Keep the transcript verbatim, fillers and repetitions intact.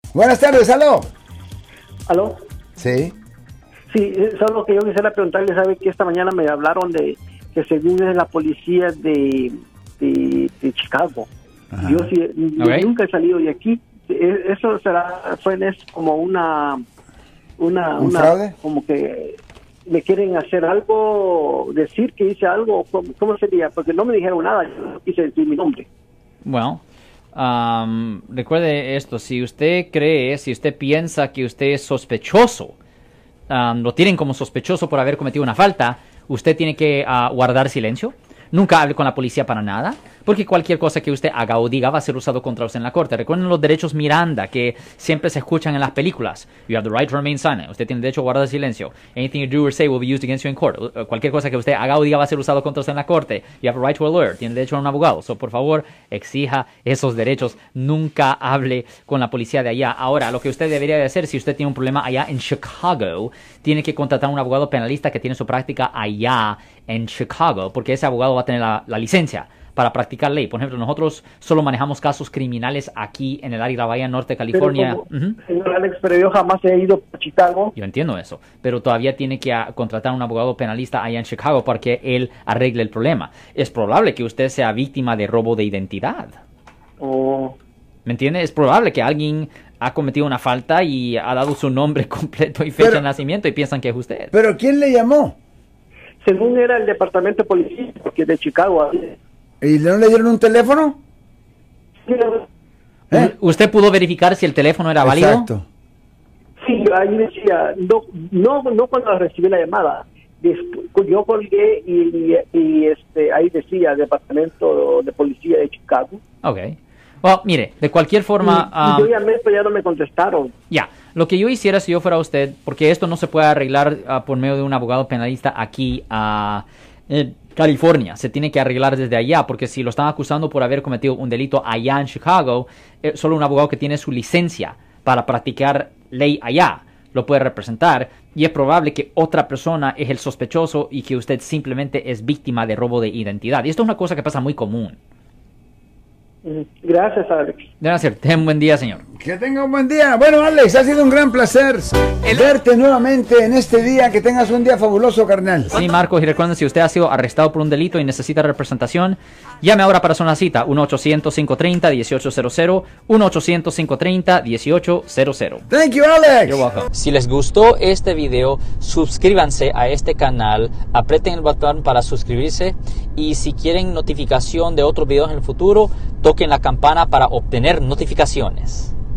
Buenas tardes, aló. ¿Aló? Sí. Sí, solo que yo quisiera preguntarle, sabe que esta mañana me hablaron de que según es la policía de, de, de Chicago. Ajá. Yo, sí, okay. yo nunca he salido de aquí. Eso será, fue es como una, una, ¿Un una fraude? Como que me quieren hacer algo, decir que hice algo, ¿cómo, cómo sería? Porque no me dijeron nada, yo no quise decir mi nombre. Bueno, um, recuerde esto, si usted cree, si usted piensa que usted es sospechoso, um, lo tienen como sospechoso por haber cometido una falta, usted tiene que uh, guardar silencio. Nunca hable con la policía para nada, porque cualquier cosa que usted haga o diga va a ser usado contra usted en la corte. Recuerden los derechos Miranda que siempre se escuchan en las películas. You have the right to remain silent. Usted tiene el derecho a guardar silencio. Anything you do or say will be used against you in court. Cualquier cosa que usted haga o diga va a ser usado contra usted en la corte. You have a right to a lawyer. Tiene el derecho a un abogado. So, por favor, exija esos derechos. Nunca hable con la policía de allá. Ahora, lo que usted debería de hacer si usted tiene un problema allá en Chicago, tiene que contratar a un abogado penalista que tiene su práctica allá en Chicago, porque ese abogado va a tener la, la licencia para practicar ley. Por ejemplo, nosotros solo manejamos casos criminales aquí en el área de la Bahía Norte de California. Pero como, uh-huh. Señor Alex, pero yo jamás he ido a Chicago. Yo entiendo eso, pero todavía tiene que a, contratar a un abogado penalista allá en Chicago para que él arregle el problema. Es probable que usted sea víctima de robo de identidad. Oh. ¿Me entiende? Es probable que alguien ha cometido una falta y ha dado su nombre completo y fecha pero, de nacimiento y piensan que es usted. ¿Pero quién le llamó? Según era el departamento de policía, porque de Chicago. ¿Y no le dieron un teléfono? Sí, ¿Eh? ¿Usted pudo verificar si el teléfono era válido? Exacto. Sí, ahí decía, no, no, no cuando recibí la llamada. Después, yo colgué y, y, y este, ahí decía departamento de policía de Chicago. Ok. Well, mire, de cualquier forma... Y, um, y yo llamé, pero ya no me contestaron. Ya, yeah. Lo que yo hiciera si yo fuera usted, porque esto no se puede arreglar uh, por medio de un abogado penalista aquí a uh, California, se tiene que arreglar desde allá, porque si lo están acusando por haber cometido un delito allá en Chicago, eh, solo un abogado que tiene su licencia para practicar ley allá lo puede representar, y es probable que otra persona es el sospechoso y que usted simplemente es víctima de robo de identidad. Y esto es una cosa que pasa muy común. Gracias, Alex. Gracias. Tenga un buen día, señor. Que tenga un buen día. Bueno, Alex, ha sido un gran placer El... verte nuevamente en este día. Que tengas un día fabuloso, carnal. Sí, Marcos, y recuerden, si usted ha sido arrestado por un delito y necesita representación, llame ahora para hacer una cita. uno ochocientos, cinco treinta, dieciocho cero cero. uno ochocientos, cinco treinta, dieciocho cero cero. Thank you, Alex. You're welcome. Si les gustó este video, suscríbanse a este canal, aprieten el botón para suscribirse, y si quieren notificación de otros videos en el futuro, toquen la campana para obtener notificaciones.